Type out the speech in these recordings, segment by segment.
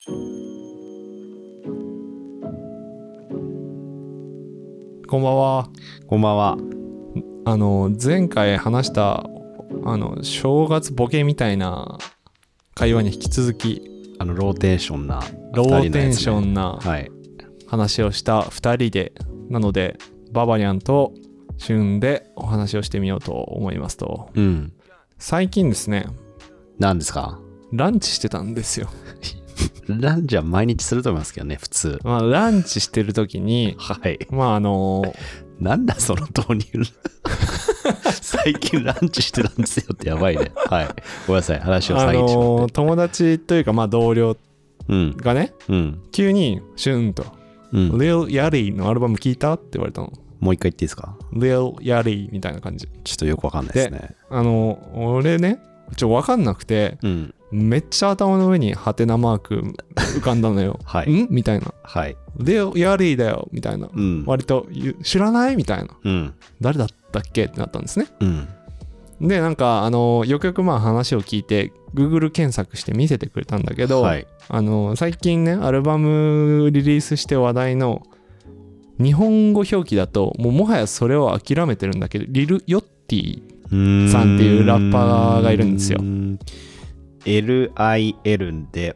こんばんは。 こんばんは。 前回話した正月ボケみたいな会話に引き続きローテーションな、 ローテンションなはい、 話をした2人で、なのでババニャンとシュンでお話をしてみようと思いますと、 うん。 最近ですね、 何ですか？ ランチしてたんですよ。 ランチは毎日すると思いますけどね、普通。 まあランチしてる時に、 はい。 まあなんだその導入。最近ランチしてたんですよってやばいね。はい。ごめんなさい、話を遮ってしまって。 友達というかまあ同僚うんがね、 うん。 急にシュンと、Lil Yachty のアルバム聞いたって言われたの。 もう一回言っていいですか？ Lil Yachty みたいな感じ。 ちょっとよくわかんないですね。 俺ね、わかんなくて、 うん。 めっちゃ頭の上にハテナマーク浮かんだのよ。 はい。 んみたいな。 はい。 Lil Yachty だよみたいな。 うん。 割と知らないみたいな。 うん。 誰だったっけってなったんですね。 うん。 で、なんかよくよくまあ話を聞いて Google 検索して見せてくれたんだけど、 はい。 最近ねアルバムリリースして話題の日本語表記だともはやそれを諦めてるんだけど、リル・ヨッティさんっていうラッパーがいるんですよ。 LIL で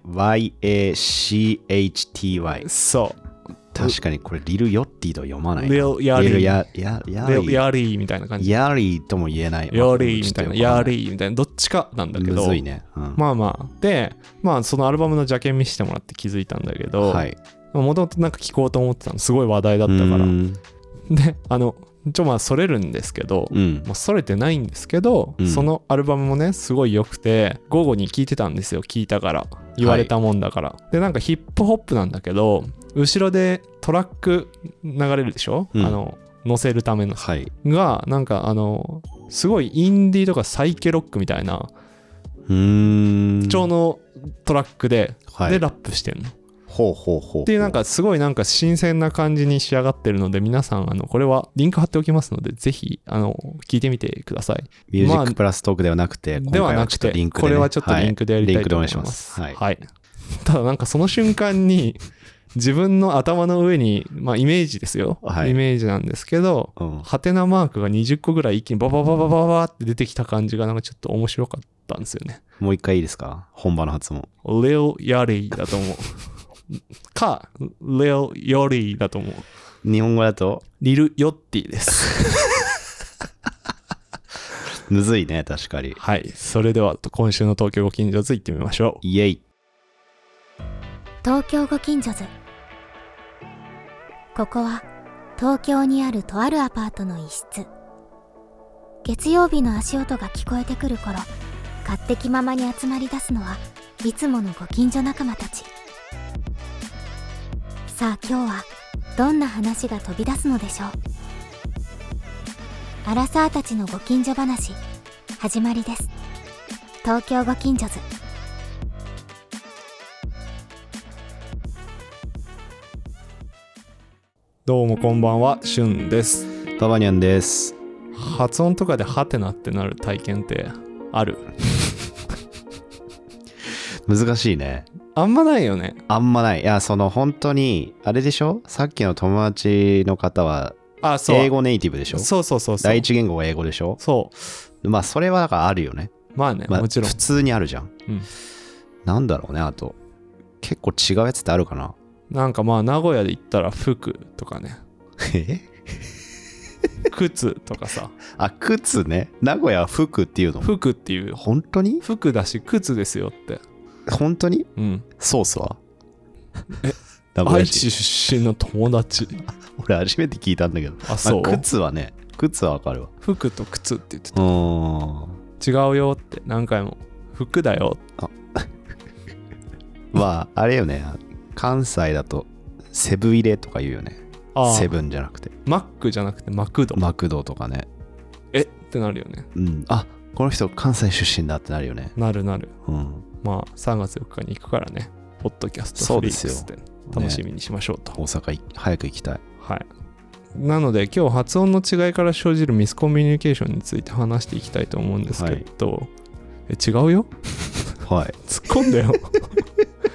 YACHTY。 そう。 確かにこれリル・ヨッティと読まないな。 リル・ヤリー。 リル・ヤリーみたいな感じ。 ヤリーとも言えない。 ヤリーみたいな。ヤリーみたいな。どっちかなんだけど。 むずいね。うん、 まあまあ。で、まあそのアルバムのジャケ見せてもらって気づいたんだけど、 はい。 もともとなんか聴こうと思ってたの。すごい話題だったから。で、まあそれるんですけど、まあそれてないんですけど、そのアルバムもねすごい良くて午後に聴いてたんですよ。聞いたから言われたもんだから、はい、でなんかヒップホップなんだけど後ろでトラック流れるでしょ、乗せるための、はい、がなんかすごいインディーとかサイケロックみたいな調のトラックで、はい、でラップしてんの。 ほうほうほうっていうなんかすごいなんか新鮮な感じに仕上がってるので、皆さんこれはリンク貼っておきますのでぜひ聞いてみてください。 ミュージックプラストークではなくて、今回はちょっとリンクで、ね、 これはちょっとリンクでやりたいと思います。はい、はい、ただなんかその瞬間に自分の頭の上にまあイメージですよ、はい、イメージなんですけど、ハテナマークが20個ぐらい一気にババババババって出てきた感じがなんかちょっと面白かったんですよね。 もう一回いいですか？本場の発音。 Lil Yachty だと思う。か、Lil Yachty だと思う。 日本語だとリル・ヨッティです。 むずいね、確かに。 はい。それでは今週の東京ご近所図行ってみましょう。 イエイ。 東京ご近所図。ここは東京にあるとあるアパートの一室。月曜日の足音が聞こえてくる頃、勝手気ままに集まり出すのはいつものご近所仲間たち。さあ今日はどんな話が飛び出すのでしょう。アラサーたちのご近所話、始まりです。東京ご近所図。 どうもこんばんは、しゅんです。 ババニャンです。 発音とかでハテナってなる体験ってある？ 難しいね。 あんまないよね。 あんまない。いや、本当にあれでしょ、さっきの友達の方は英語ネイティブでしょ。 そう第一言語が英語でしょ。 そう。 まあそれはだからあるよね。 まあね、もちろん普通にあるじゃん、なんだろうね。あと結構違うやつってあるかな。 なんかまあ名古屋で言ったら服とかね。靴とかさ。 あ、靴ね。名古屋は服っていうの？ 服っていう。 本当に？ 服だし靴ですよって。 本当に？ソースは？ 愛知出身の友達。 俺初めて聞いたんだけど。あ、そう。靴はね、靴はわかるわ。 服と靴って言ってた。違うよって何回も。服だよ。 まああれよね。関西だとセブ入れとか言うよね。セブンじゃなくて。 マックじゃなくてマクド。 マクドとかね。 ってなるよね。 あ、この人関西出身だってなるよね。 なる。まあ3月4日に行くからね。ポッドキャストフリークスで楽しみにしましょうと。 大阪早く行きたい。 はい。なので今日発音の違いから生じるミスコミュニケーションについて話していきたいと思うんですけど、違うよ。 はい。 突っ込んだよ。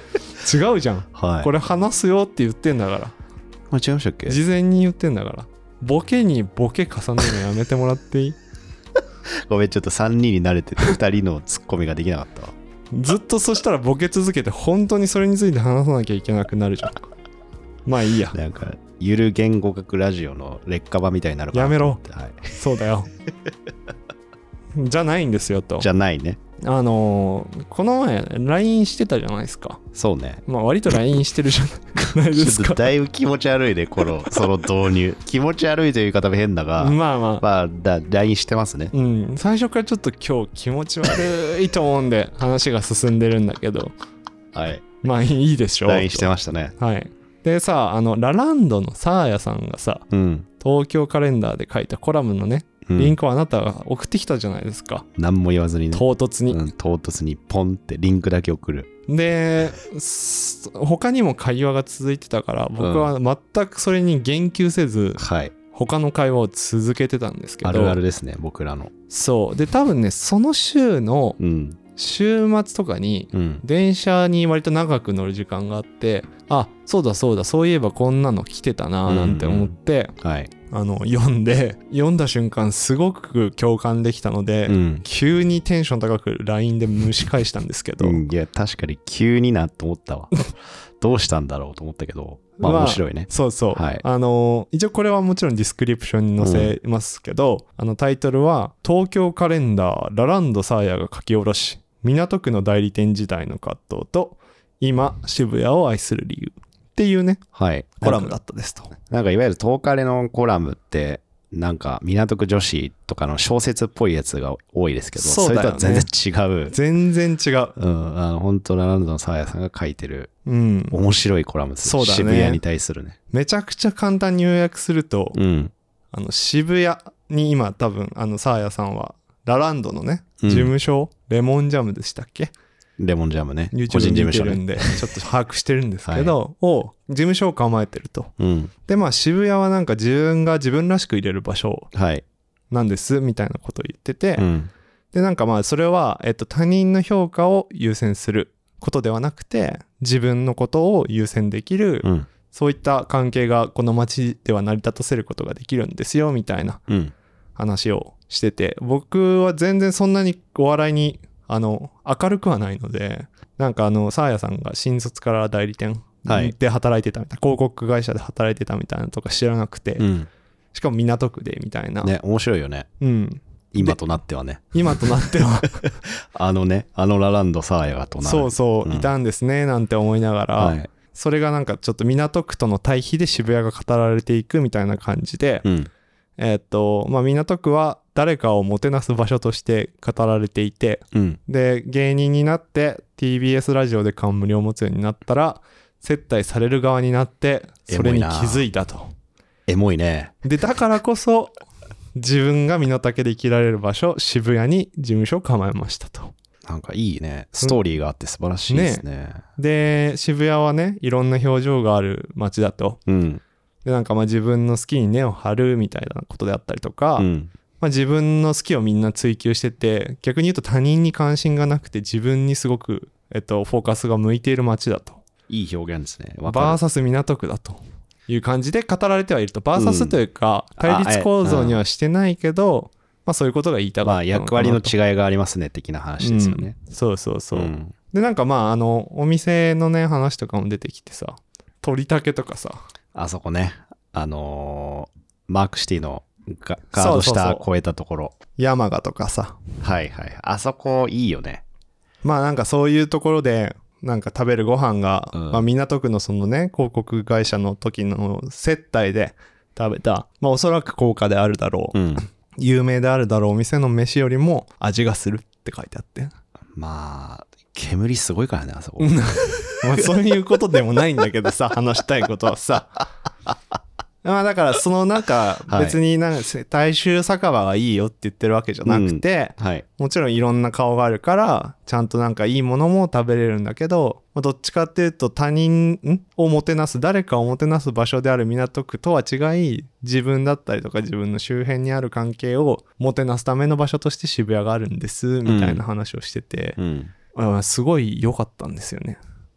違うじゃん、 はい、 これ話すよって言ってんだから。 違いましたっけ？ 事前に言ってんだから。ボケにボケ重ねるのやめてもらっていい？ ごめん、ちょっと3人に慣れてて2人のツッコミができなかったわ。 ずっとそしたらボケ続けて本当にそれについて話さなきゃいけなくなるじゃん。まあいいや。 なんかゆる言語学ラジオの劣化版みたいになるから。 やめろ、 はい、 そうだよじゃないんですよと。 じゃないね。 この前 LINE してたじゃないですか。 そうね。 まあ割と LINE してるじゃないですか。 ちょっとだいぶ気持ち悪いね、その導入。気持ち悪いという言い方も変だが、まあ LINE してますね。 うん。最初からちょっと今日気持ち悪いと思うんで話が進んでるんだけど。 はい。 まあいいでしょう。 LINE してましたね。 はい。でさ、ラランドのサーヤさんがさ、 うん、 東京カレンダーで書いたコラムのね、リンクをあなたが送ってきたじゃないですか。 何も言わずにね。 唐突に、 唐突にポンってリンクだけ送る。 で、他にも会話が続いてたから僕は全くそれに言及せず、 はい、 他の会話を続けてたんですけど。 あるあるですね、僕らの。 そうで、多分ね、その週の週末とかに電車に割と長く乗る時間があって、あ、そうだそうだ、そういえばこんなの来てたななんて思って、 はい、 読んだ瞬間すごく共感できたので、急にテンション高く LINE で蒸し返したんですけど、 いや確かに急になと思ったわどうしたんだろうと思ったけど、まあ面白いね。 そうそう、 はい、 一応これはもちろんディスクリプションに載せますけど、タイトルは東京カレンダーラランドサーヤが書き下ろし、港区の代理店時代の葛藤と今渋谷を愛する理由っていうね、 はい、 コラムだったですと。 なんかいわゆる東カレのコラムってなんか港区女子とかの小説っぽいやつが多いですけど、 そうだよね、 それとは全然違う。 全然違う。 本当ラランドのサーヤさんが書いてる、面白いコラムです。 そうだね、 渋谷に対するね。めちゃくちゃ簡単に要約すると、渋谷に今多分サーヤさんはラランドのね、事務所、レモンジャムでしたっけ？ レモンジャムね。 個人事務所でちょっと把握してるんですけど、はい、事務所を構えてると。でまあ渋谷はなんか自分が自分らしく入れる場所なんですみたいなことを言ってて、でなんかまあそれは他人の評価を優先することではなくて自分のことを優先できる、そういった関係がこの街では成り立たせることができるんですよみたいな話をしてて、僕は全然そんなにお笑いに明るくはないので、なんかサーヤさんが新卒から代理店で働いてたみたいな、広告会社で働いてたみたいなとか知らなくて、しかも港区でみたいなね、面白いよね。今となってはね。 今となってはラランドサーヤがとなる。 そうそう、いたんですねなんて思いながら、はい、それがなんかちょっと港区との対比で渋谷が語られていくみたいな感じで、まあ港区は誰かをもてなす場所として語られていて、で芸人になって TBS ラジオで冠を持つようになったら接待される側になってそれに気づいたと。 エモいね。 でだからこそ自分が身の丈で生きられる場所渋谷に事務所を構えましたと。 なんかいいね、ストーリーがあって素晴らしいですね。 で渋谷はね、いろんな表情がある街だと、でなんかまあ自分の好きに根を張るみたいなことであったりとか、まあ、自分の好きをみんな追求してて、逆に言うと他人に関心がなくて自分にすごく、フォーカスが向いている街だと。 いい表現ですね。 バーサス港区だという感じで語られてはいると。バーサスというか対立構造にはしてないけど、まあそういうことが言いたかったのかなと。 役割の違いがありますね的な話ですよね。 そうそうそう。でなんかまあお店のね話とかも出てきてさ、鳥竹とかさ、 あそこね、マークシティのガード下越えたところ、 山賀とかさ、 はいはい、あそこいいよね。 まあなんかそういうところでなんか食べるご飯が、まあ、港区のそのね広告会社の時の接待で食べた、まあおそらく高価であるだろう、有名であるだろうお店の飯よりも味がするって書いてあって、まあ煙すごいからねあそこまあそういうことでもないんだけどさ話したいことはさまあだからそのなんか別になんか大衆酒場がいいよって言ってるわけじゃなくて、もちろんいろんな顔があるからちゃんとなんかいいものも食べれるんだけど、どっちかっていうと他人をもてなす、誰かをもてなす場所である港区とは違い、自分だったりとか自分の周辺にある関係をもてなすための場所として渋谷があるんですみたいな話をしてて、すごい良かったんですよね。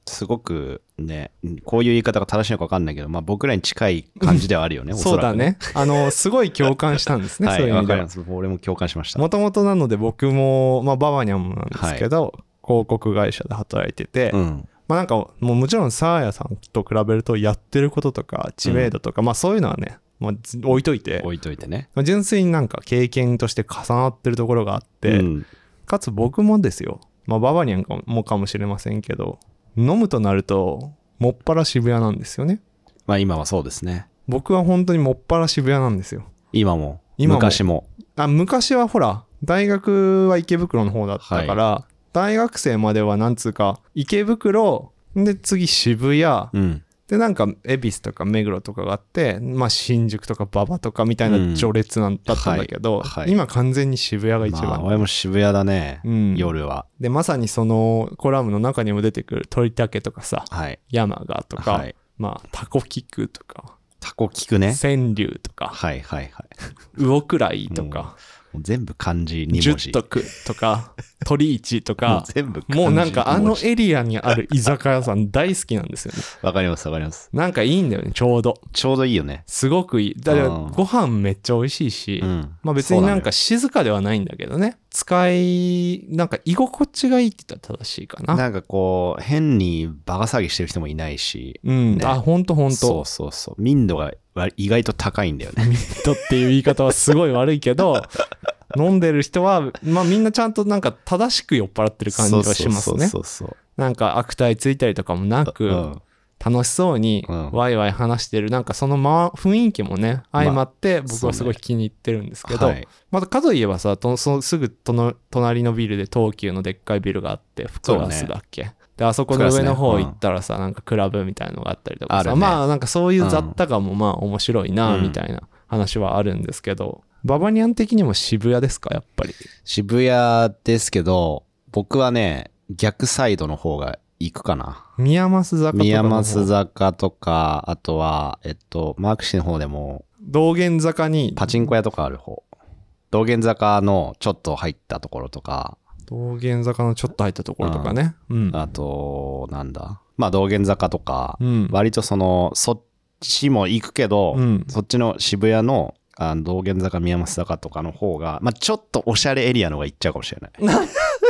すごくね、こういう言い方が正しいのか分かんないけど、まあ僕らに近い感じではあるよね。 そうだね。すごい共感したんですね。 はい、 そういう意味では。 わかります。俺も共感しました。 もともとなので僕も、まあババニャンなんですけど、広告会社で働いてて、まあなんかもうもちろんサーヤさんと比べるとやってることとか知名度とか、まあそういうのはね、まあ、置いといてね。 純粋になんか経験として重なってるところがあって、かつ僕もですよ、まあババニャンもかもしれませんけど、飲むとなるともっぱら渋谷なんですよね。 まあ今はそうですね。 僕は本当にもっぱら渋谷なんですよ。 今も昔も。 昔はほら大学は池袋の方だったから、大学生まではなんつうか池袋で次渋谷、でなんか恵比寿とか目黒とかがあって、まあ新宿とか馬場とかみたいな序列だったんだけど、今完全に渋谷が一番。 まあ俺も渋谷だね、夜は。 でまさにそのコラムの中にも出てくる鳥竹とかさ、山賀とか、まあタコキクとか、 タコキクね、 川柳とか、魚倉とか。 全部漢字2文字。 十徳とか鳥市とか全部漢字もうなんかエリアにある居酒屋さん大好きなんですよね。 わかりますわかります。 なんかいいんだよね、ちょうどいいよね。 すごくいい。だからご飯めっちゃ美味しいし、まあ別になんか静かではないんだけどね、なんか居心地がいいって言ったら正しいかな。 なんかこう変にバカ騒ぎしてる人もいないし、 ほんとそう民度が意外と高いんだよね。 民度っていう言い方はすごい悪いけど飲んでる人はまあみんなちゃんとなんか正しく酔っ払ってる感じはしますね。なんか悪態ついたりとかもなく、楽しそうにワイワイ話してる、なんかその雰囲気もね相まって僕はすごい気に入ってるんですけど、またかといえばさ、すぐ隣のビルで東急のでっかいビルがあって、フクラスだっけ、であそこの上の方行ったらさ、なんかクラブみたいのがあったりとかさ、まあなんかそういう雑多感もまあ面白いなみたいな話はあるんですけど、ババニャン的にも渋谷ですか？やっぱり渋谷ですけど、僕はね逆サイドの方が行くかな。 宮益坂とか、あとはマークシーの方でも道玄坂にパチンコ屋とかある方、道玄坂のちょっと入ったところとか、 道玄坂のちょっと入ったところとかね、 あとなんだ、まあ道玄坂とか、割とそっちも行くけど、そっちの渋谷の道玄坂宮益坂とかの方が、まあちょっとおしゃれエリアの方が行っちゃうかもしれない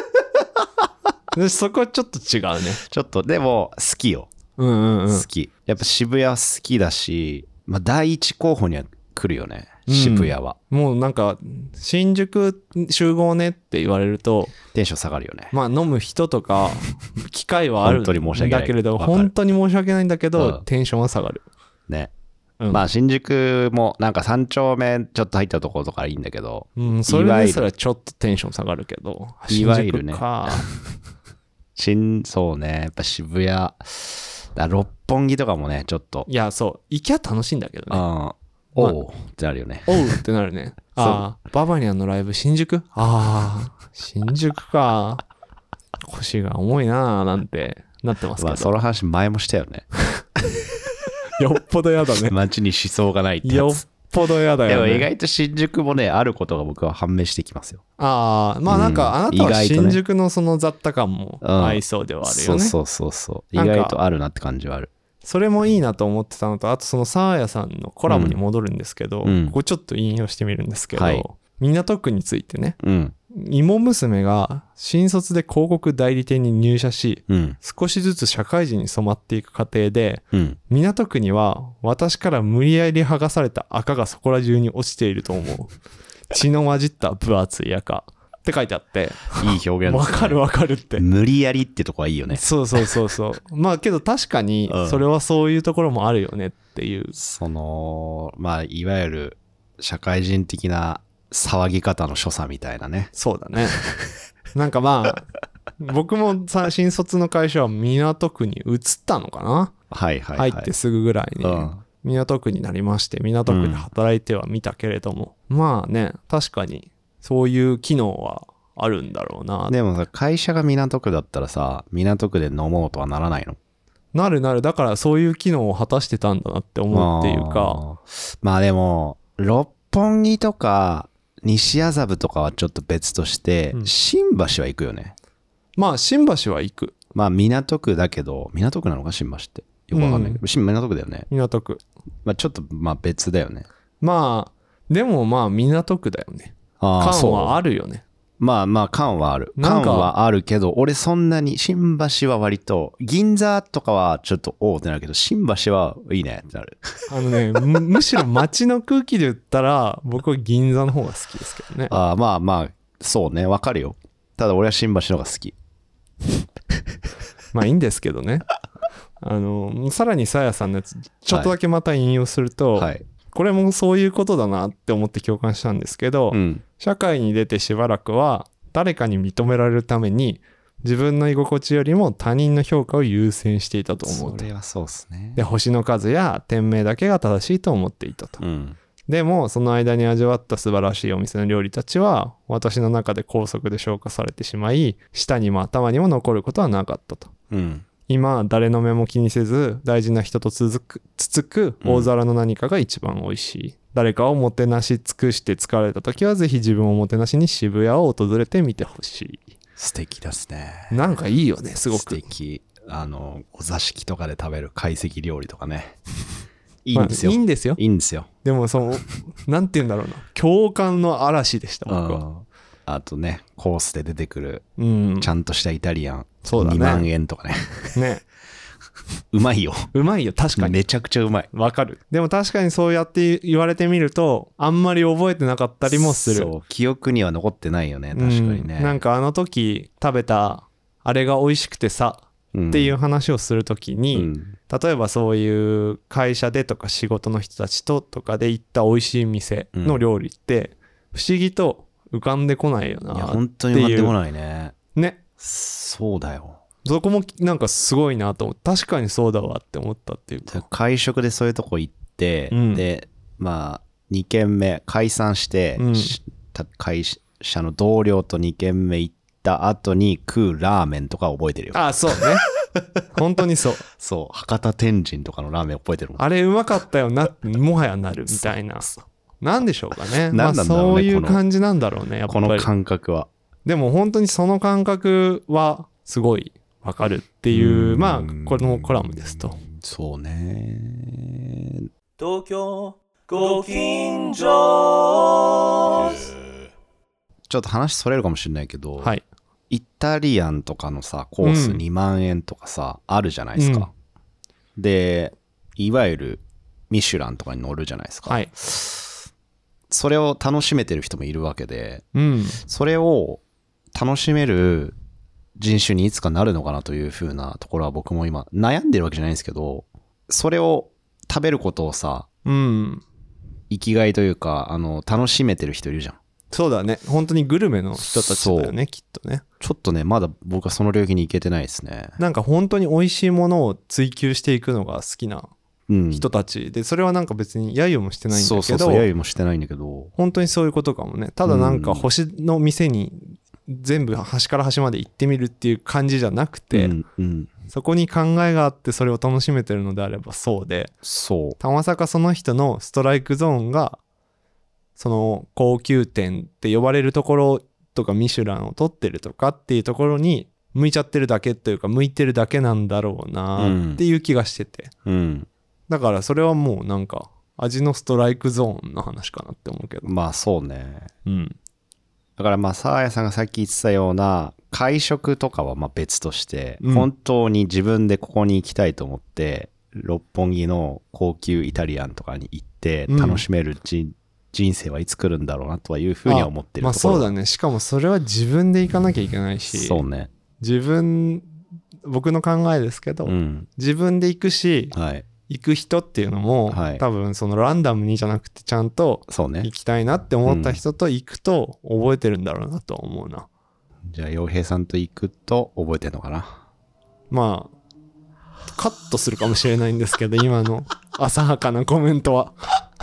そこはちょっと違うね。 ちょっとでも好きよ。好き。やっぱ渋谷好きだし、まあ第一候補には来るよね、渋谷は。 もうなんか新宿集合ねって言われるとテンション下がるよね。 まあ飲む人とか機会はあるんだけれど、本当に申し訳ないんだけど、テンションは下がるね。まあ新宿もなんか3丁目ちょっと入ったところとかいいんだけど、 それですらちょっとテンション下がるけど、 いわゆるねそうね、やっぱ渋谷六本木とかもねちょっと、 いやそう行きゃ楽しいんだけどね。 おうってなるよね。 おうってなるね。ババニャンのライブ新宿、新宿か、腰が重いなーなんてなってますけど、 まあその話前もしたよねよっぽどやだね。 街に思想がないってやつ。 よっぽどやだよね。 でも意外と新宿もねあることが僕は判明してきますよ。 まあなんかあなたは新宿のその雑多感も合いそうではあるよね。 そう意外とあるなって感じはある。 それもいいなと思ってたのと、あとそのサーヤさんのコラムに戻るんですけど、ここちょっと引用してみるんですけど、港区についてね、芋娘が新卒で広告代理店に入社し、少しずつ社会人に染まっていく過程で、港区には私から無理やり剥がされた赤がそこら中に落ちていると思う。血の混じった分厚い赤って書いてあって、 いい表現ですね。 わかるって。 無理やりってとこはいいよね。 そうまあけど確かにそれはそういうところもあるよねっていう、 まあいわゆる社会人的な騒ぎ方の所作みたいなね。 そうだね。なんかまあ僕も新卒の会社は港区に移ったのかな。入ってすぐぐらいに港区になりまして、港区で働いてはみたけれども、まあね、確かにそういう機能はあるんだろうな。 でもさ、会社が港区だったらさ、港区で飲もうとはならないの？ なる。だからそういう機能を果たしてたんだなって思うっていうか。 まあでも六本木とか西麻布とかはちょっと別として、新橋は行くよね。 まあ新橋は行く。 まあ港区だけど、港区なのか新橋って。よくわかんないけど、港区だよね。 港区。 まあちょっとまあ別だよね。 まあ、でもまあ港区だよね。感はあるよね。 まあまあ感はある。感はあるけど、俺そんなに、新橋は割と、銀座とかはちょっとおーってなるけど、新橋はいいねってなる。 むしろ街の空気で言ったら、僕は銀座の方が好きですけどね。 まあまあ、そうね、わかるよ。ただ俺は新橋の方が好き。 まあいいんですけどね。さらにさやさんのやつ、ちょっとだけまた引用すると、はい、これもそういうことだなって思って共感したんですけど、社会に出てしばらくは誰かに認められるために自分の居心地よりも他人の評価を優先していたと思うと。 それはそうですね。 で、星の数や店名だけが正しいと思っていたと。でもその間に味わった素晴らしいお店の料理たちは私の中で高速で消化されてしまい、舌にも頭にも残ることはなかったと。今誰の目も気にせず大事な人とつつく大皿の何かが一番美味しい。誰かをもてなし尽くして疲れた時はぜひ自分をもてなしに渋谷を訪れてみてほしい。 素敵ですね。 なんかいいよね、すごく。 素敵。お座敷とかで食べる懐石料理とかね。いいんですよ。 いいんですよ。 いいんですよ。 でもなんて言うんだろうな。共感の嵐でした、僕は。 あとね、コースで出てくる、ちゃんとしたイタリアン。 そうだね。 2万円とかね。 ね。 うまいよ。 うまいよ、確かに。 めちゃくちゃうまい。 わかる。でも確かにそうやって言われてみると、あんまり覚えてなかったりもする。 そう、記憶には残ってないよね、確かにね。 なんかあの時食べた、あれが美味しくてさ、っていう話をするときに、例えばそういう会社でとか仕事の人たちとかで行った美味しい店の料理って、不思議と浮かんでこないよなっていう。いや、 本当に浮かんでこないね。 ね。 そうだよ。 そこもなんかすごいなと思って、確かにそうだわって思ったっていうか。 会食でそういうとこ行って、で、まあ、2軒目解散して、会社の同僚と2軒目行った後に食うラーメンとか覚えてるよ。 あ、そうね。本当にそう。 そう、博多天神とかのラーメン覚えてるもん。 あれうまかったよなってもはやなるみたいな。なんでしょうかね。まあそういう感じなんだろうね、やっぱり。 この感覚は。 でも本当にその感覚はすごいわかるっていう、まあこのコラムですと。 そうね。 東京ご近所。 ちょっと話それるかもしれないけど、 はい。 イタリアンとかのさ、コース2万円とかさ、あるじゃないですか。で、いわゆるミシュランとかに乗るじゃないですか。 はい。 それを楽しめてる人もいるわけで、それを楽しめる人種にいつかなるのかなという風なところは僕も今悩んでるわけじゃないんですけど、それを食べることをさ、生きがいというか、楽しめてる人いるじゃん。 そうだね。本当にグルメの人たちだよね、きっとね。 ちょっとね、まだ僕はその領域に行けてないですね。 なんか本当に美味しいものを追求していくのが好きな人たちで、それはなんか別に揶揄もしてないんだけど、 そう揶揄もしてないんだけど、 本当にそういうことかもね。ただなんか星の店に全部端から端まで行ってみるっていう感じじゃなくて、そこに考えがあってそれを楽しめてるのであればそうで、たまさかその人のストライクゾーンがその高級店って呼ばれるところとかミシュランを取ってるとかっていうところに向いちゃってるだけというか、向いてるだけなんだろうなっていう気がしてて、だからそれはもうなんか味のストライクゾーンの話かなって思うけど。 まあそうね。だからまあサーヤさんがさっき言ってたような会食とかはまあ別として、本当に自分でここに行きたいと思って六本木の高級イタリアンとかに行って楽しめる人生はいつ来るんだろうなとはいうふうには思ってるところ。まあそうだね。しかもそれは自分で行かなきゃいけないし。 そうね。 僕の考えですけど、自分で行くし、行く人っていうのも、多分そのランダムにじゃなくてちゃんと行きたいなって思った人と行くと覚えてるんだろうなと思うな。 じゃあ洋平さんと行くと覚えてるのかな。 まあカットするかもしれないんですけど今の浅はかなコメントは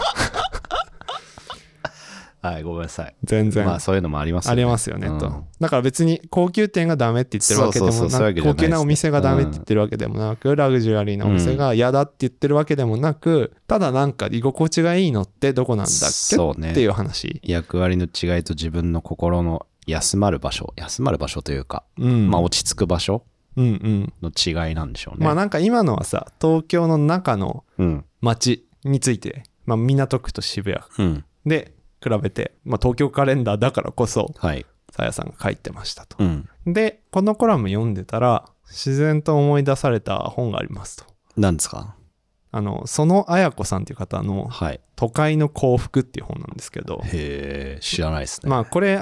はい、ごめんなさい。 全然。 まあそういうのもありますよね。 ありますよね、と。だから別に高級店がダメって言ってるわけでもなく、高級なお店がダメって言ってるわけでもなく、ラグジュアリーなお店が嫌だって言ってるわけでもなく、ただなんか居心地がいいのってどこなんだっけっていう話。 役割の違いと自分の心の休まる場所というか、まあ落ち着く場所の違いなんでしょうね。 まあなんか今のはさ、東京の中の街について、まあ港区と渋谷で比べて、まあ東京カレンダーだからこそ、さやさんが書いてましたと。で、このコラム読んでたら、自然と思い出された本がありますと。 何ですか？ その綾子さんっていう方の、都会の幸福っていう本なんですけど。 へえ、知らないですね。 まあこれ、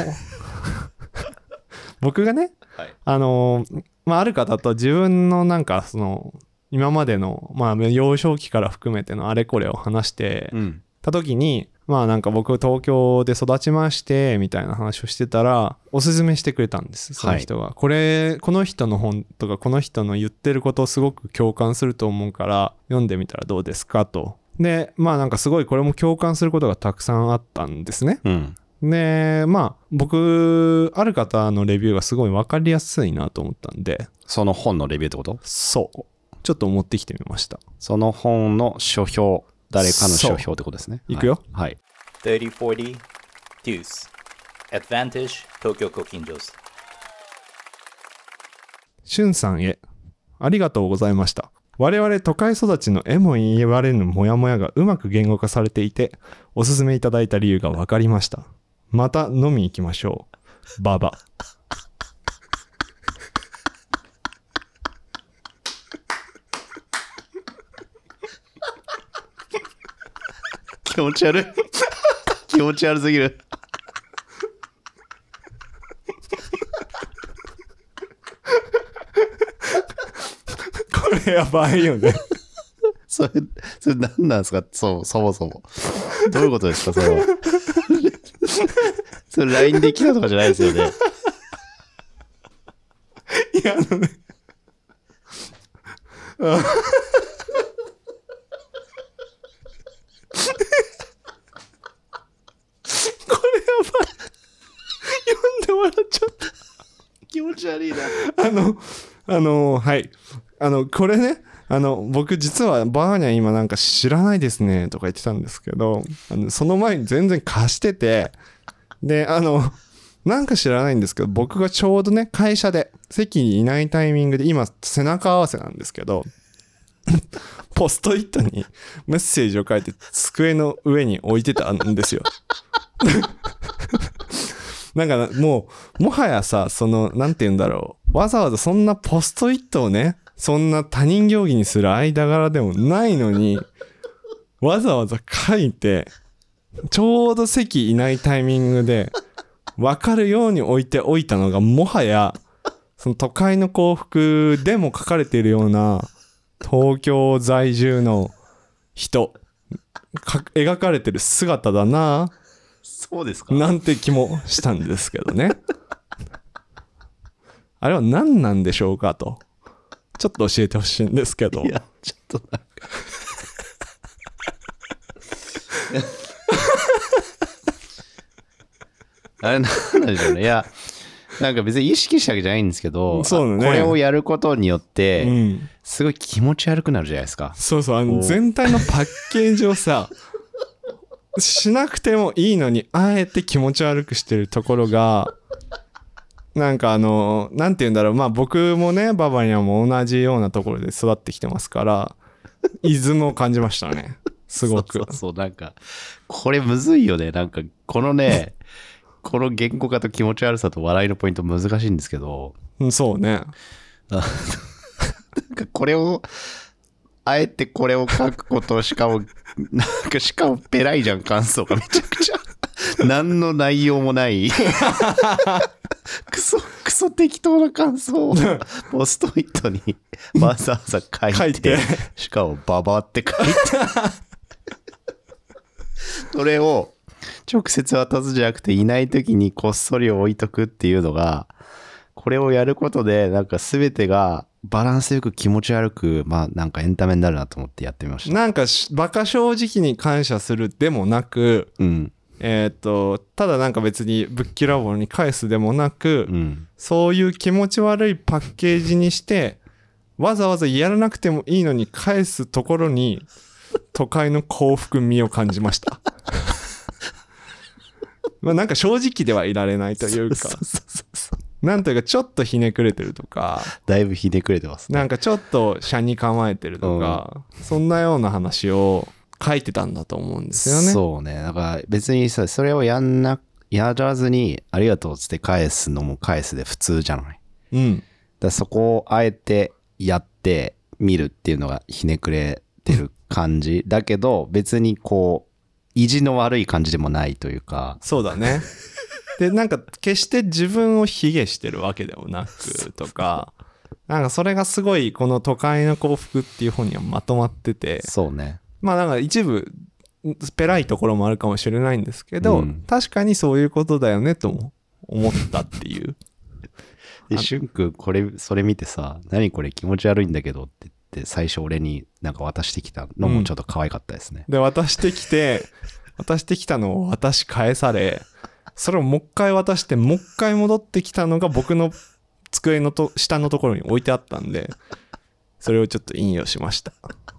僕がね、まあある方と自分のなんか今までの、まあ幼少期から含めてのあれこれを話してた時に、まあなんか僕東京で育ちましてみたいな話をしてたらおすすめしてくれたんです、その人が。この人の本とかこの人の言ってることをすごく共感すると思うから読んでみたらどうですかと。でまあなんかすごいこれも共感することがたくさんあったんですね。でまあ僕ある方のレビューがすごい分かりやすいなと思ったんで、 その本のレビューってこと？ そうちょっと持ってきてみました。 その本の書評、誰かの書評ってことですね。 いくよ。 はい。 3040 Deuce Advantage 東京ご近所。 しゅんさんへありがとうございました。我々都会育ちのえも言われぬモヤモヤがうまく言語化されていて、おすすめいただいた理由が分かりました。また飲み行きましょう。ババ。 気持ち悪い。気持ち悪すぎる。 これやばいよね。 それ何なんですか？そもそも。どういうことですか？それ LINE で来たとかじゃないですよね。 いやね。 気持ち悪いな。 はい。これね、僕実はバーニャ今なんか知らないですねとか言ってたんですけど、その前に全然貸してて、で、なんか知らないんですけど、僕がちょうどね、会社で席にいないタイミングで今背中合わせなんですけど、ポストイットにメッセージを書いて机の上に置いてたんですよ。なんかもはやさ、なんて言うんだろう。わざわざそんなポストイットをね、そんな他人行儀にする間柄でもないのに、わざわざ書いて、ちょうど席いないタイミングで、わかるように置いておいたのが、もはや、その都会の幸福でも書かれているような、東京在住の人、描かれてる姿だな。 そうですか？ なんて気もしたんですけどね。あれは何なんでしょうかと。ちょっと教えてほしいんですけど。 いや、ちょっとなんか。あれなんでしょうね。いや、なんか別に意識したわけじゃないんですけど、 そうね、 これをやることによって、すごい気持ち悪くなるじゃないですか。 そうそう、全体のパッケージをさ、しなくてもいいのに、あえて気持ち悪くしてるところが、なんかなんて言うんだろう、まあ僕もね、ババニャも同じようなところで育ってきてますから、イズムを感じましたね。すごく。 そう、なんか、これむずいよね。なんか、このね、この言語化と気持ち悪さと笑いのポイント難しいんですけど。 そうね。 なんかこれを、あえてこれを書くことしかもペライじゃん、感想がめちゃくちゃ。何の内容もない。クソ適当な感想をポストイットにわざわざ書いて、しかもババって書いて。それを直接渡すじゃなくていない時にこっそり置いとくっていうのが、これをやることでなんか全てがバランスよく気持ち悪く、まあなんかエンタメになるなと思ってやってみました。 なんかバカ正直に感謝するでもなく、ただなんか別にぶっきらぼうに返すでもなく、そういう気持ち悪いパッケージにしてわざわざやらなくてもいいのに返すところに都会の幸福味を感じました。まあなんか正直ではいられないというか。 なんというかちょっとひねくれてるとか、 だいぶひねくれてますね。 なんかちょっと車に構えてるとか、そんなような話を書いてたんだと思うんですよね。 そうね。だから別にさ、それをやらずにありがとうっつって返すのも返すで普通じゃない。 うん。 だそこをあえてやってみるっていうのがひねくれてる感じだけど、別にこう意地の悪い感じでもないというか。 そうだね。でなんか決して自分を卑下してるわけでもなくとか、なんかそれがすごいこの都会の幸福っていう本にはまとまってて、 そうね。 まあなんか一部ペラいところもあるかもしれないんですけど、確かにそういうことだよねとも思ったっていう。 で、しゅんくんそれ見てさ、何これ気持ち悪いんだけどって言って最初俺になんか渡してきたのもちょっと可愛かったですね。 で渡してきたのを渡し返され、それをもう一回渡してもう一回戻ってきたのが僕の机の下のところに置いてあったんで、それをちょっと引用しました。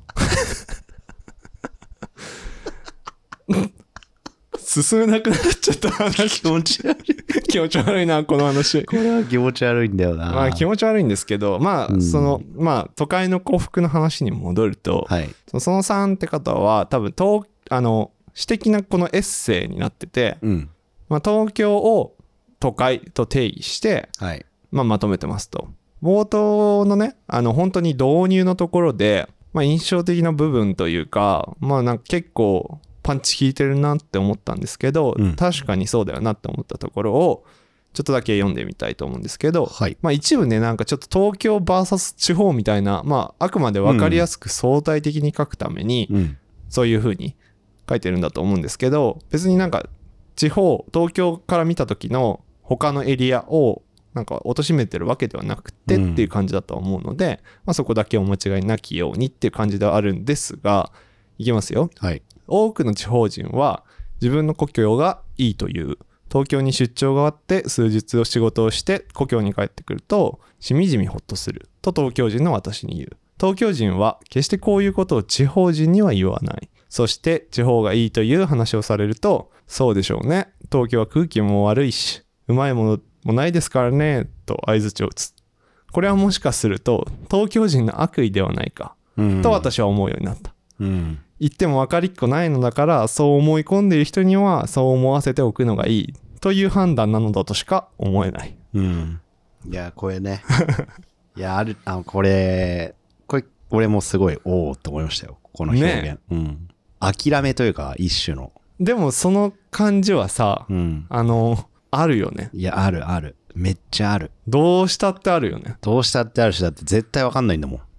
進めなくなっちゃった話。気持ち悪いなこの話。 これは気持ち悪いんだよな。 まあ気持ち悪いんですけど、まあまあ都会の幸福の話に戻ると、 はい、 その3って方は多分詩的なこのエッセイになってて、まあ、東京を都会と定義して、まあ、まとめてますと。冒頭のね、本当に導入のところで、まあ、印象的な部分というか、まあなんか結構パンチ効いてるなって思ったんですけど、確かにそうだよなって思ったところをちょっとだけ読んでみたいと思うんですけど、まあ一部ね、なんかちょっと東京 VS 地方みたいな、まああくまで分かりやすく相対的に書くために、そういう風に書いてるんだと思うんですけど、別になんか東京から見た時の他のエリアをなんか貶めてるわけではなくてっていう感じだと思うので、まあ、そこだけお間違いなきようにっていう感じではあるんですが、いきますよ。多くの地方人は自分の故郷がいいという。東京に出張があって数日仕事をして故郷に帰ってくるとしみじみほっとすると東京人の私に言う。東京人は決してこういうことを地方人には言わない。そして地方がいいという話をされると、そうでしょうね。東京は空気も悪いし、うまいものもないですからね、と相槌を打つ。これはもしかすると東京人の悪意ではないか、と私は思うようになった。言っても分かりっこないのだから、そう思い込んでいる人にはそう思わせておくのがいいという判断なのだとしか思えない。 いや、これね。いや、これ俺もすごいおおって思いましたよ。この表現。諦めというか一種の。 でもその感じはさ、あるよね。 いや、ある。めっちゃある。 どうしたってあるよね。 どうしたってあるし、だって絶対わかんないんだもん。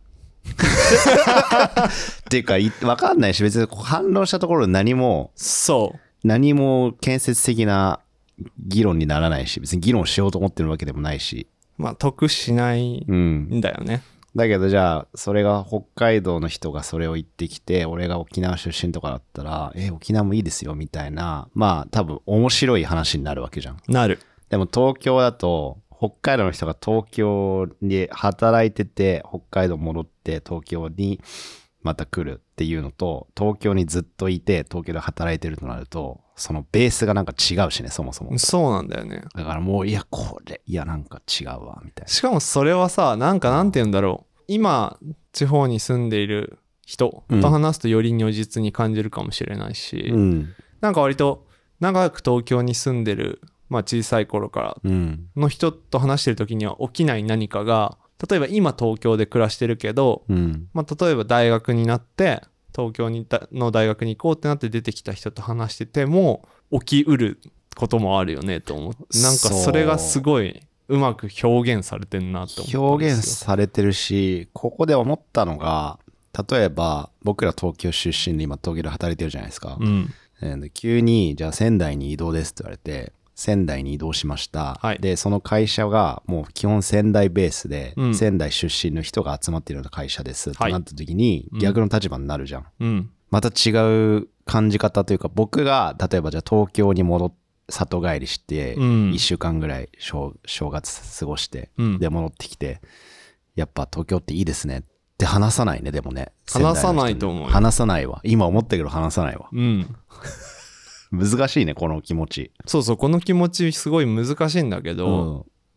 っていうか、わかんないし、別に反論したところで何も建設的な議論にならないし、別に議論しようと思ってるわけでもないし。 まあ、得しないんだよね。 だけどじゃあそれが北海道の人がそれを言ってきて、俺が沖縄出身とかだったら沖縄もいいですよみたいな、まあ多分面白い話になるわけじゃん。 なる。 でも東京だと北海道の人が東京で働いてて北海道戻って東京にまた来るっていうのと、東京にずっといて東京で働いてるとなると、そのベースがなんか違うしね、そもそも。 そうなんだよね。 だからもうなんか違うわみたいな。 しかもそれはさ、なんて言うんだろう、今地方に住んでいる人と話すとより如実に感じるかもしれないし、なんか割と長く東京に住んでる、まあ小さい頃からの人と話してる時には起きない何かが、例えば今東京で暮らしてるけど、まあ例えば大学になって東京の大学に行こうってなって出てきた人と話してても起きうることもあるよねと思って、なんかそれがすごいうまく表現されてんなって思ったんですよ。 表現されてるし、ここで思ったのが、例えば僕ら東京出身で今東京で働いてるじゃないですか。急にじゃあ仙台に移動ですって言われて、仙台に移動しました。で、その会社がもう基本仙台ベースで、仙台出身の人が集まっているような会社ですってなった時に、逆の立場になるじゃん。また違う感じ方というか、僕が例えばじゃあ東京に里帰りして1週間ぐらい正月過ごして、で戻ってきて、やっぱ東京っていいですねって話さないね。でもね、 話さないと思う。 話さないわ。今思ったけど話さないわ。難しいね、この気持ち。 そう、この気持ちすごい難しいんだけど、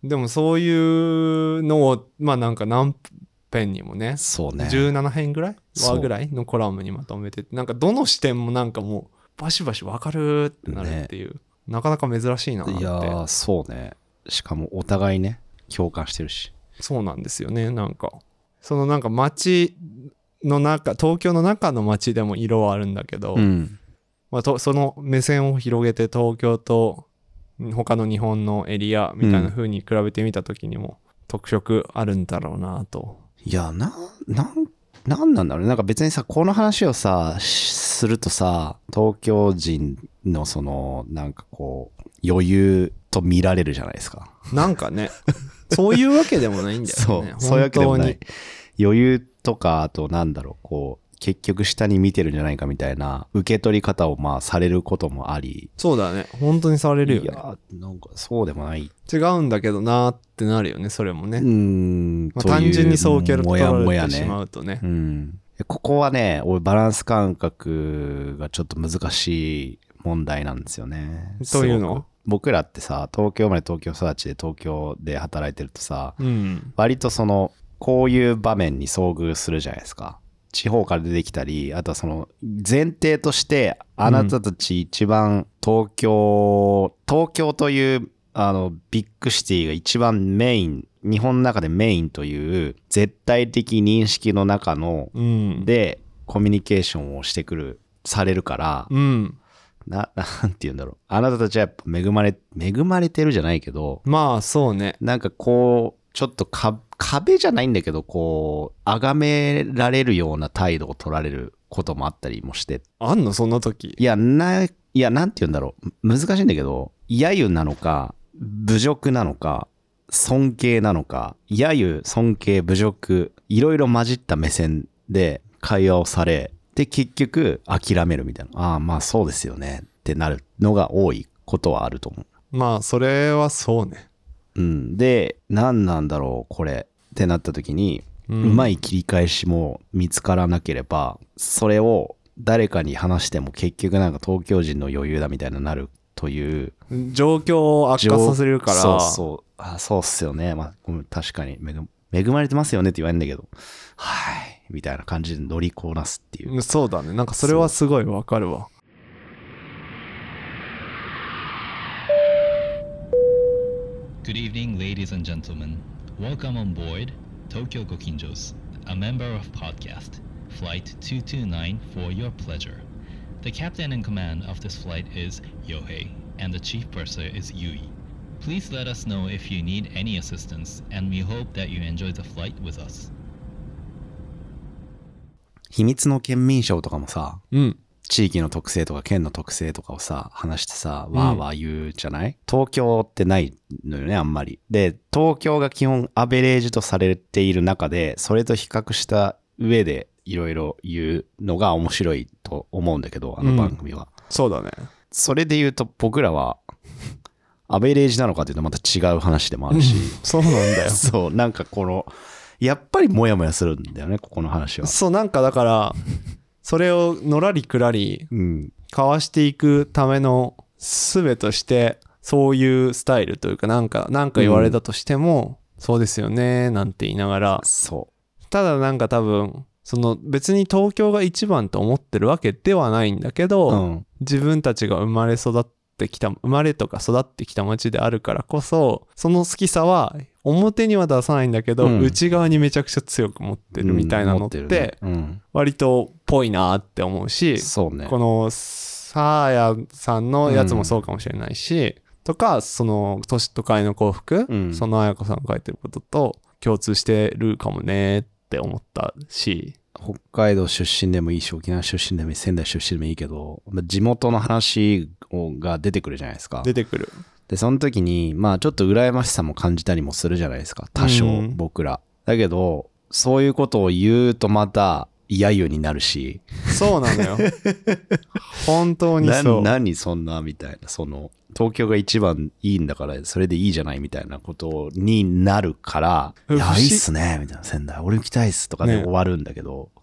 でもそういうのをまあなんか何編にもね、 そうね、 17編ぐらい話ぐらいのコラムにまとめてて、なんかどの視点もなんかもうバシバシ分かるってなるっていう、ね、なかなか珍しいなって。 いやそうね、しかもお互いね共感してるし。 そうなんですよね。なんかそのなんか街の中、東京の中の街でも色はあるんだけど、まあ、その目線を広げて東京と他の日本のエリアみたいな風に比べてみた時にも特色あるんだろうなと。 いやなんなんだろうね。なんか別にさ、この話をさするとさ、東京人のそのなんかこう余裕と見られるじゃないですか。 なんかねそういうわけでもないんだよね。 そういうわけでもない。余裕とか、あとなんだろう、こう結局下に見てるんじゃないかみたいな受け取り方をまあされることもあり。 そうだね、本当にされるよね。いやなんかそうでもない、 違うんだけどなーってなるよね、それもね。まあ、単純にそう受け取られてしまうとね。 ここはね、俺バランス感覚がちょっと難しい問題なんですよね。 というの？ 僕らってさ、東京まで東京育ちで東京で働いてるとさ、割とそのこういう場面に遭遇するじゃないですか。地方から出てきたり、あとはその前提としてあなたたち一番東京というビッグシティが一番メイン、日本の中でメインという絶対的認識の中の、でコミュニケーションをしてくるされるから、なんて言うんだろう、あなたたちはやっぱ恵まれてるじゃないけど、 まあそうね、 なんかこうちょっと壁じゃないんだけど、こう崇められるような態度を取られることもあったりもして。 あんのそんな時？ いやなんて言うんだろう、難しいんだけど、揶揄なのか侮辱なのか尊敬なのか、揶揄尊敬侮辱いろいろ混じった目線で会話をされ、で結局諦めるみたいな、ああまあそうですよねってなるのが多いことはあると思う。 まあそれはそうね。 で何なんだろうこれってなった時に、うまい切り返しも見つからなければ、それを誰かに話しても結局なんか東京人の余裕だみたいになるという状況を悪化させるから。 そうっすよね。まあ確かに恵まれてますよねって言われるんだけど、はいみたいな感じで乗りこなすっていう。 そうだね、なんかそれはすごいわかるわ。 Good evening, ladies and gentlemen. Welcome on board Tokyo Gokinjos, a member of podcast, Flight 229 for your pleasure. The captain in command of this flight is Yohei, and the chief purser is Yui. Please let us know if you need any assistance, and we hope that you enjoy the flight with us. 秘密の県民賞とかもさ、地域の特性とか県の特性とかをさ話してさ、わーわー言うじゃない？東京ってないのよね、あんまり。で東京が基本アベレージとされている中で、それと比較した上でいろいろ言うのが面白いと思うんだけど、あの番組は。 そうだね。 それで言うと僕らはアベレージなのかというとまた違う話でもあるし、 そうなんだよ。 そうなんかこのやっぱりモヤモヤするんだよね、ここの話は。 そう、なんかだからそれをのらりくらりかわしていくための術として、そういうスタイルというか、なんか言われたとしても、そうですよねなんて言いながら、ただなんか多分その別に東京が一番と思ってるわけではないんだけど、自分たちが生まれとか育ってきた街であるからこそ、その好きさは表には出さないんだけど、内側にめちゃくちゃ強く持ってるみたいなのって、割とぽいなって思うし、このサーヤさんのやつもそうかもしれないし、とかその都会の幸福、その綾子さんが書いてることと共通してるかもねって思ったし、 北海道出身でもいいし、沖縄出身でもいい、仙台出身でもいいけど、地元の話が出てくるじゃないですか。 出てくる。 でその時にまあちょっと羨ましさも感じたりもするじゃないですか、多少僕ら。だけどそういうことを言うとまた揶揄になるし。 そうなのよ。本当にそう。 何そんなみたいな、その東京が一番いいんだからそれでいいじゃないみたいなことになるから、いやいいっすねみたいな、仙台俺行きたいっすとかで終わるんだけど、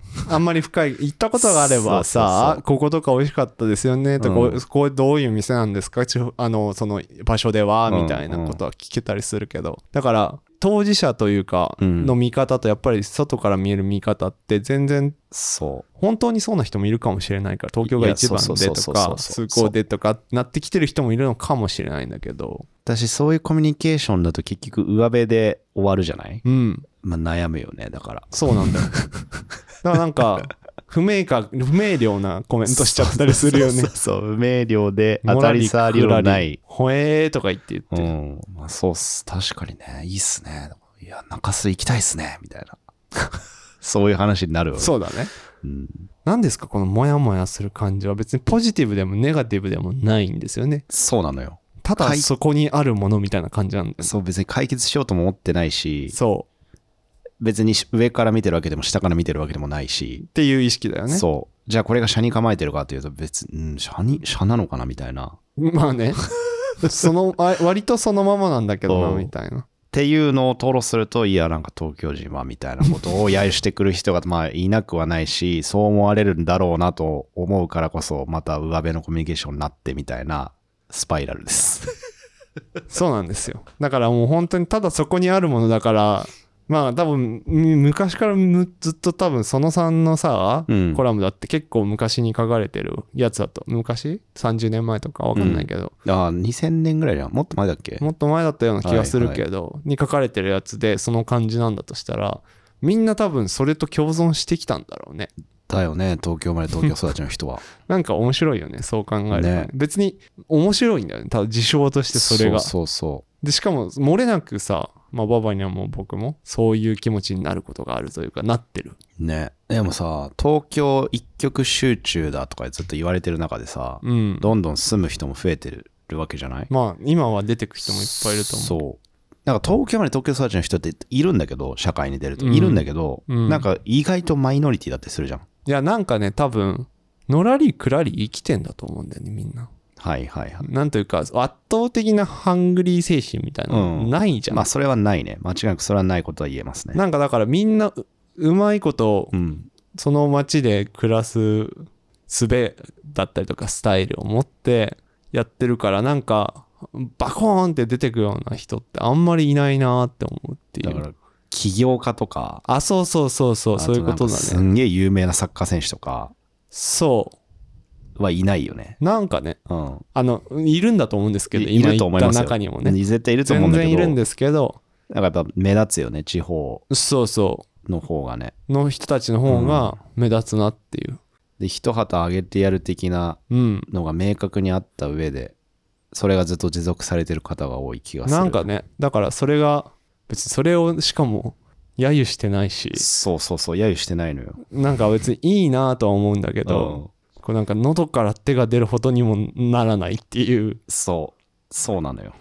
あんまり深い行ったことがあればさ、こことか美味しかったですよねとか、これどういう店なんですか、その場所ではみたいなことは聞けたりするけど、だから当事者というかの見方とやっぱり外から見える見方って全然本当にそうな人もいるかもしれないから、東京が一番でとか通行でとかなってきてる人もいるのかもしれないんだけど、 私そういうコミュニケーションだと結局上辺で終わるじゃない、 うん、 まあ悩むよね。だからそうなんだよだからなんか不明瞭なコメントしちゃったりするよね。 そう不明瞭で当たり障りのないほえーとか言ってまあそうっす、確かにね、いいっすね、いや中洲行きたいっすねみたいなそういう話になるわ。 そうだね、何ですかこのモヤモヤする感じは。別にポジティブでもネガティブでもないんですよね。 そうなのよ。 ただそこにあるものみたいな感じなんだよね。 そう、別に解決しようとも思ってないし、 そう別に上から見てるわけでも下から見てるわけでもないしっていう意識だよね。 そう。じゃあこれが車に構えてるかというと別に、車なのかなみたいな。 まあね割とそのままなんだけどなみたいなっていうのを討論すると、いやなんか東京人はみたいなことを揶揄してくる人がまあいなくはないし、そう思われるんだろうなと思うからこそまた上辺のコミュニケーションになってみたいなスパイラルですそうなんですよ。だからもう本当にただそこにあるものだから、まあ多分昔からずっと多分そのさんのさ、コラムだって結構昔に書かれてるやつだと、昔30年前とかわかんないけど、 ああ2000年ぐらいじゃん。もっと前だっけ。 もっと前だったような気がするけど、に書かれてるやつでその感じなんだとしたら、みんな多分それと共存してきたんだろうね。 だよね、東京生まれ東京育ちの人はなんか面白いよね、そう考えると、ね、別に面白いんだよね、ただ事象としてそれが。 そうでしかも漏れなくさ、まあババにはもう僕もそういう気持ちになることがあるというか、なってるね。でもさ、東京一極集中だとかずっと言われてる中でさ、どんどん住む人も増えてるわけじゃない。 まあ今は出てく人もいっぱいいると思う。 そうなんか東京まで東京育ちの人っているんだけど、社会に出るといるんだけど、なんか意外とマイノリティだってするじゃん。 いやなんかね、多分のらりくらり生きてんだと思うんだよね、みんな。 はいはいはい。 なんというか圧倒的なハングリー精神みたいなのないじゃん。 まあそれはないね。間違いなくそれはないことは言えますね。 なんかだからみんなうまいこと、その街で暮らす術だったりとかスタイルを持ってやってるから、なんかバコーンって出てくような人ってあんまりいないなって思うっていう。 だから起業家とか、 そういうことだね。 すんげえ有名なサッカー選手とかそうはいないよね。 なんかね、いるんだと思うんですけど、今言った中にもね、 絶対いると思うんだけど、 全然いるんですけど、 なんかやっぱ目立つよね、地方の方がね、 の人たちの方が目立つなっていう。 で一旗あげてやる的なのが明確にあった上で、それがずっと持続されてる方が多い気がする。 なんかね、だからそれが別にそれをしかも揶揄してないし、 そう揶揄してないのよ。 なんか別にいいなとは思うんだけど、こうなんか喉から手が出るほどにもならないっていう。 そうなのよ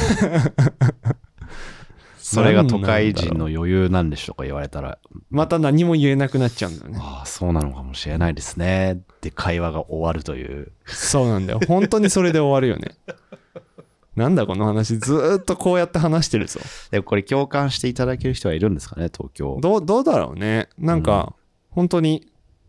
それが都会人の余裕なんでしょうか言われたら、 また何も言えなくなっちゃうんだよね。 そうなのかもしれないですねで会話が終わるという。 そうなんだよ、本当にそれで終わるよねなんだこの話、ずーっとこうやって話してるぞ。 でこれ共感していただける人はいるんですかね、東京。 どうだろうね。なんか、本当に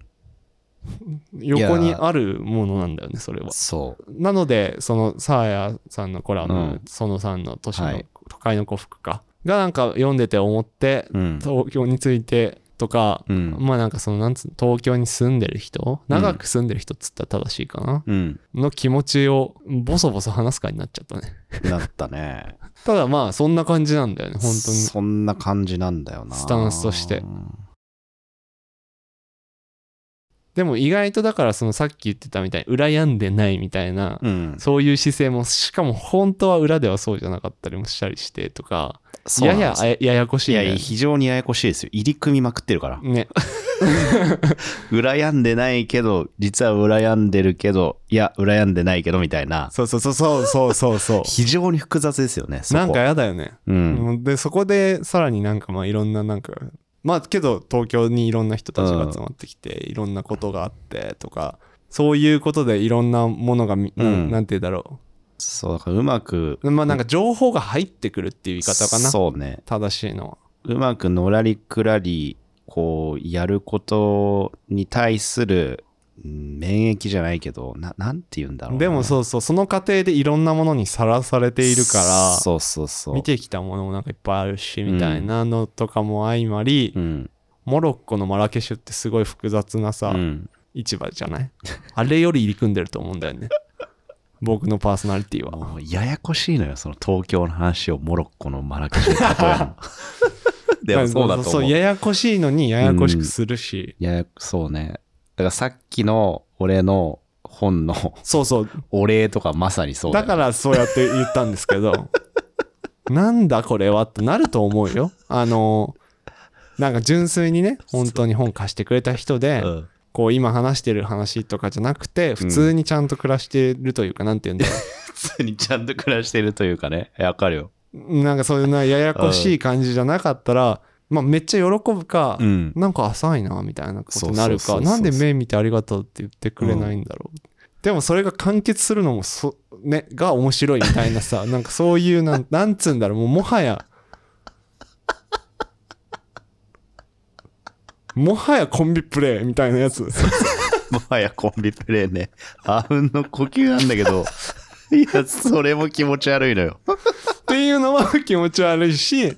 横にあるものなんだよね、それは。なのでそのサーヤさんのコラム、そのさんの都会の幸福かがなんか読んでて思って、東京についてとか、まあなんかそのなんつうの、東京に住んでる人、長く住んでる人っつったら正しいかな、の気持ちをボソボソ話すかになっちゃったね。 なったね。 ただまあそんな感じなんだよね、本当に。 そんな感じなんだよな、 スタンスとして。でも意外とだからそのさっき言ってたみたいに羨んでないみたいな、そういう姿勢も、しかも本当は裏ではそうじゃなかったりもしたりしてとか、ややこしい、ね。 いや非常にややこしいですよ。入り組みまくってるからね羨んでないけど実は羨んでるけど、いや羨んでないけどみたいな。 そう非常に複雑ですよね。 なんかやだよね。でそこでさらになんかまあいろんななんかまあけど東京にいろんな人たちが集まってきて、いろんなことがあってとか、そういうことでいろんなものがなんて言うんだろう。 そうだからうまく、 まあなんか情報が入ってくるっていう言い方かな。 そうね。 正しいのは。 うまくのらりくらりこうやることに対する免疫じゃないけどなんて言うんだろう、ね、 でもそうそう、その過程でいろんなものにさらされているから、 そうそうそう、 見てきたものもなんかいっぱいあるしみたいなのとかも相まり、モロッコのマラケシュってすごい複雑なさ、市場じゃない？あれより入り組んでると思うんだよね。僕のパーソナリティは。 もうややこしいのよ、その東京の話をモロッコのマラケシュに例えるの。でもそうだと思う。そう、 ややこしいのにややこしくするし。 そうね。だからさっきの俺の本のそうそうお礼とかまさにそうだよ。 だからそうやって言ったんですけど、なんだこれはってなると思うよ。なんか純粋にね、本当に本貸してくれた人で、こう今話してる話とかじゃなくて、普通にちゃんと暮らしてるというか、なんて言うんだろう。 普通にちゃんと暮らしてるというかね。わかるよ。 なんかそういうややこしい感じじゃなかったら、まあめっちゃ喜ぶか、なんか浅いなみたいなことになるか、なんで目見てありがとうって言ってくれないんだろう。でもそれが完結するのもね、が面白いみたいなさ、なんかそういうなんつうんだろう、もはやコンビプレイみたいなやつ。 もはやコンビプレイね。あうんの呼吸なんだけど、いや、それも気持ち悪いのよ。 っていうのは気持ち悪いし、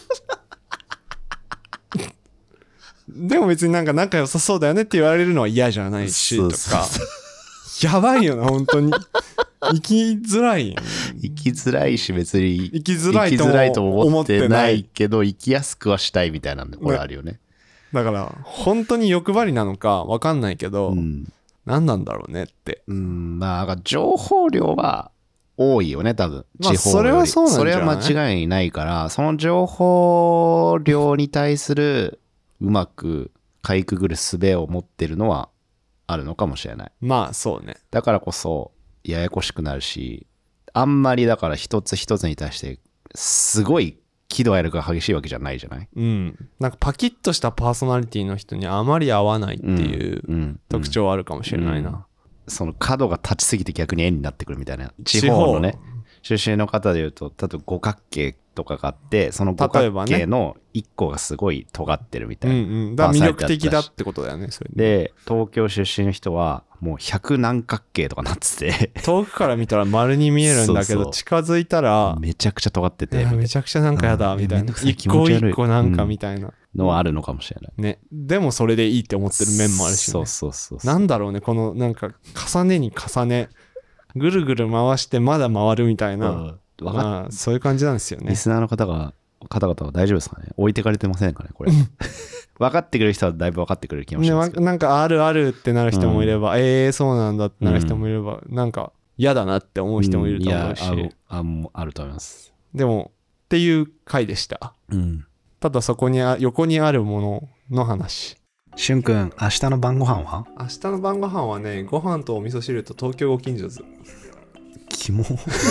でも別になんか仲良さそうだよねって言われるのは嫌じゃないしとか。やばいよな、本当に。生きづらい。 生きづらいし、別に。 生きづらいとも思ってないけど、生きやすくはしたいみたいなんで、これあるよね。 だから、本当に欲張りなのかわかんないけど、何なんだろうねって。 まあ、情報量は多いよね、多分。 まあ、それはそうなんじゃない？ それは間違いないから、その情報量に対するうまくかいくぐる術を持ってるのはあるのかもしれない。 まあそうね。 だからこそややこしくなるし、あんまりだから一つ一つに対してすごい喜怒哀楽が激しいわけじゃないじゃない？ なんかパキッとしたパーソナリティの人にあまり合わないっていう特徴はあるかもしれないな。 その角が立ちすぎて逆に円になってくるみたいな。地方のね、出身の方で言うと、例えば五角形とかがあって、その五角形の一個がすごい尖ってるみたいな。 だから魅力的だってことだよね、それで、東京出身の人はもう100何角形とかなってて遠くから見たら丸に見えるんだけど、近づいたらめちゃくちゃ尖ってて、 めちゃくちゃなんかやだみたいな、一個一個なんかみたいなのはあるのかもしれないね。でもそれでいいって思ってる面もあるしね。そうなんだろうね、このなんか重ねに重ね、ぐるぐる回してまだ回るみたいな、そういう感じなんですよね。 リスナーの方々は大丈夫ですかね？置いてかれてませんかね、これ。分かってくれる人はだいぶ分かってくれる気もしますけど、 なんかあるあるってなる人もいれば、そうなんだってなる人もいれば、なんか嫌だなって思う人もいると思うし、 あると思います。 でもっていう回でした。ただそこに横にあるものの話。 しゅんくん、明日の晩ご飯は？ 明日の晩ご飯はね、ご飯とお味噌汁と東京ご近所図。 キモ。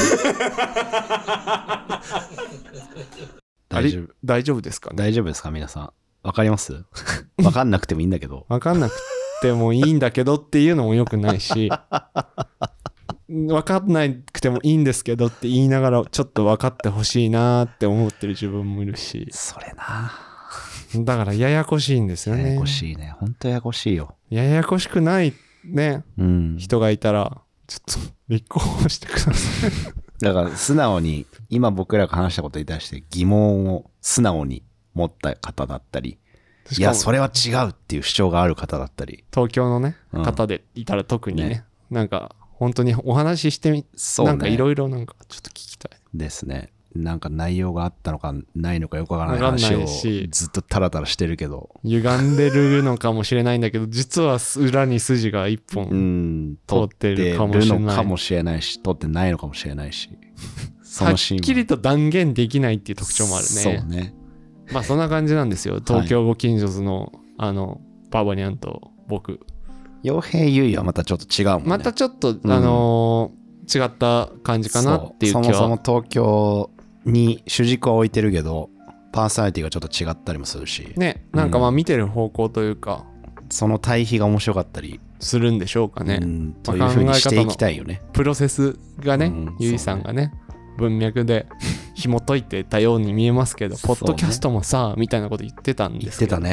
大丈夫ですかね？ 大丈夫ですか皆さん。わかります？わかんなくてもいいんだけど。 わかんなくてもいいんだけどっていうのも良くないし、わかんなくてもいいんですけどって言いながらちょっと分かってほしいなって思ってる自分もいるし。 それな。 だからややこしいんですよね。 ややこしいね。ほんとややこしいよ。 ややこしくないね、人がいたらちょっと立候補してください。 だから素直に今僕らが話したことに対して疑問を素直に持った方だったり、いやそれは違うっていう主張がある方だったり、 東京のね、方でいたら特にね、なんか本当にお話ししてなんかいろいろなんかちょっと聞きたいですね。なんか内容があったのかないのかよくわからない話をずっとタラタラしてるけど、 歪んでるのかもしれないんだけど、実は裏に筋が一本通ってるかもしれない、 のかもしれないし、通ってないのかもしれないし、 そのシーンはっきりと断言できないっていう特徴もあるね。 そうね。 まあそんな感じなんですよ。東京ご近所図のババニャンと僕。 傭兵優衣はまたちょっと違うもんね。 またちょっと違った感じかなっていう気は。 そもそも東京に主軸は置いてるけど、パーソナリティがちょっと違ったりもするしね、なんかまあ見てる方向というか、 その対比が面白かったりするんでしょうかね、 というふうにしていきたいよね。 プロセスがね、ゆいさんがね文脈で紐解いてたように見えますけど、ポッドキャストもさみたいなこと言ってたんですけど、 言ってたね。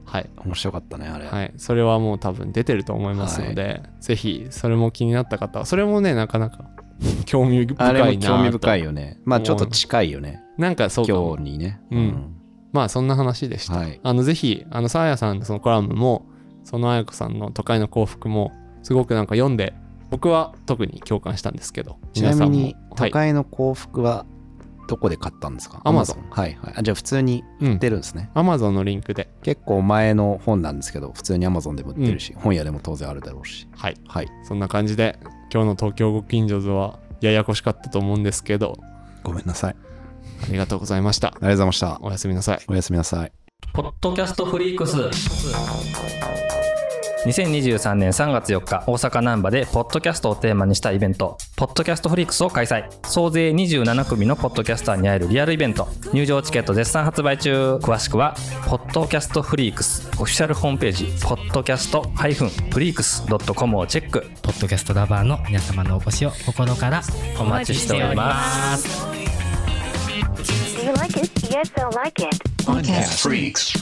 はい、 面白かったねあれ。 はい、それはもう多分出てると思いますので、はい、ぜひそれも気になった方は、それもねなかなか興味深いな。あれも興味深いよね。まあちょっと近いよね。 なんかそうかも。 今日にね。 まあそんな話でした。はい、ぜひサーヤさんのそのコラムも、そのあやこさんの都会の幸福もすごくなんか読んで、僕は特に共感したんですけど。 ちなみに都会の幸福はどこで買ったんですか？ アマゾン。 はいはい。じゃあ普通に売ってるんですね。 アマゾンのリンクで。 結構前の本なんですけど、普通にアマゾンでも売ってるし、本屋でも当然あるだろうし。 はい。はい。そんな感じで、今日の東京ご近所図はややこしかったと思うんですけど。 ごめんなさい。 ありがとうございました。ありがとうございました。 おやすみなさい。 おやすみなさい。 ポッドキャストフリークス。2023年3月4日、大阪難波でポッドキャストをテーマにしたイベント、ポッドキャストフリークスを開催。総勢27組のポッドキャスターに会えるリアルイベント。入場チケット絶賛発売中。詳しくはポッドキャストフリークスオフィシャルホームページ podcast-freaks.com をチェック。 ポッドキャストラバーの皆様のお越しを心からお待ちしております。 Do you like it? Yes, I like it. Podcast Freaks。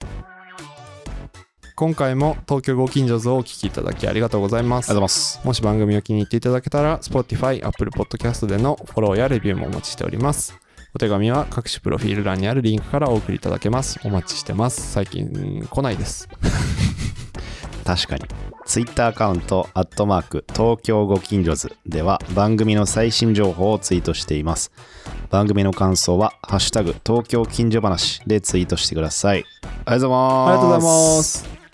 今回も東京ご近所図をお聞きいただきありがとうございます。 ありがとうございます。 もし番組を気に入っていただけたら Spotify、Apple Podcast でのフォローやレビューもお待ちしております。お手紙は各種プロフィール欄にあるリンクからお送りいただけます。お待ちしてます。最近来ないです確かに Twitter アカウント東京ご近所図では番組の最新情報をツイートしています。番組の感想はハッシュタグ東京近所話でツイートしてください。ありがとうございます。 ありがとうございます。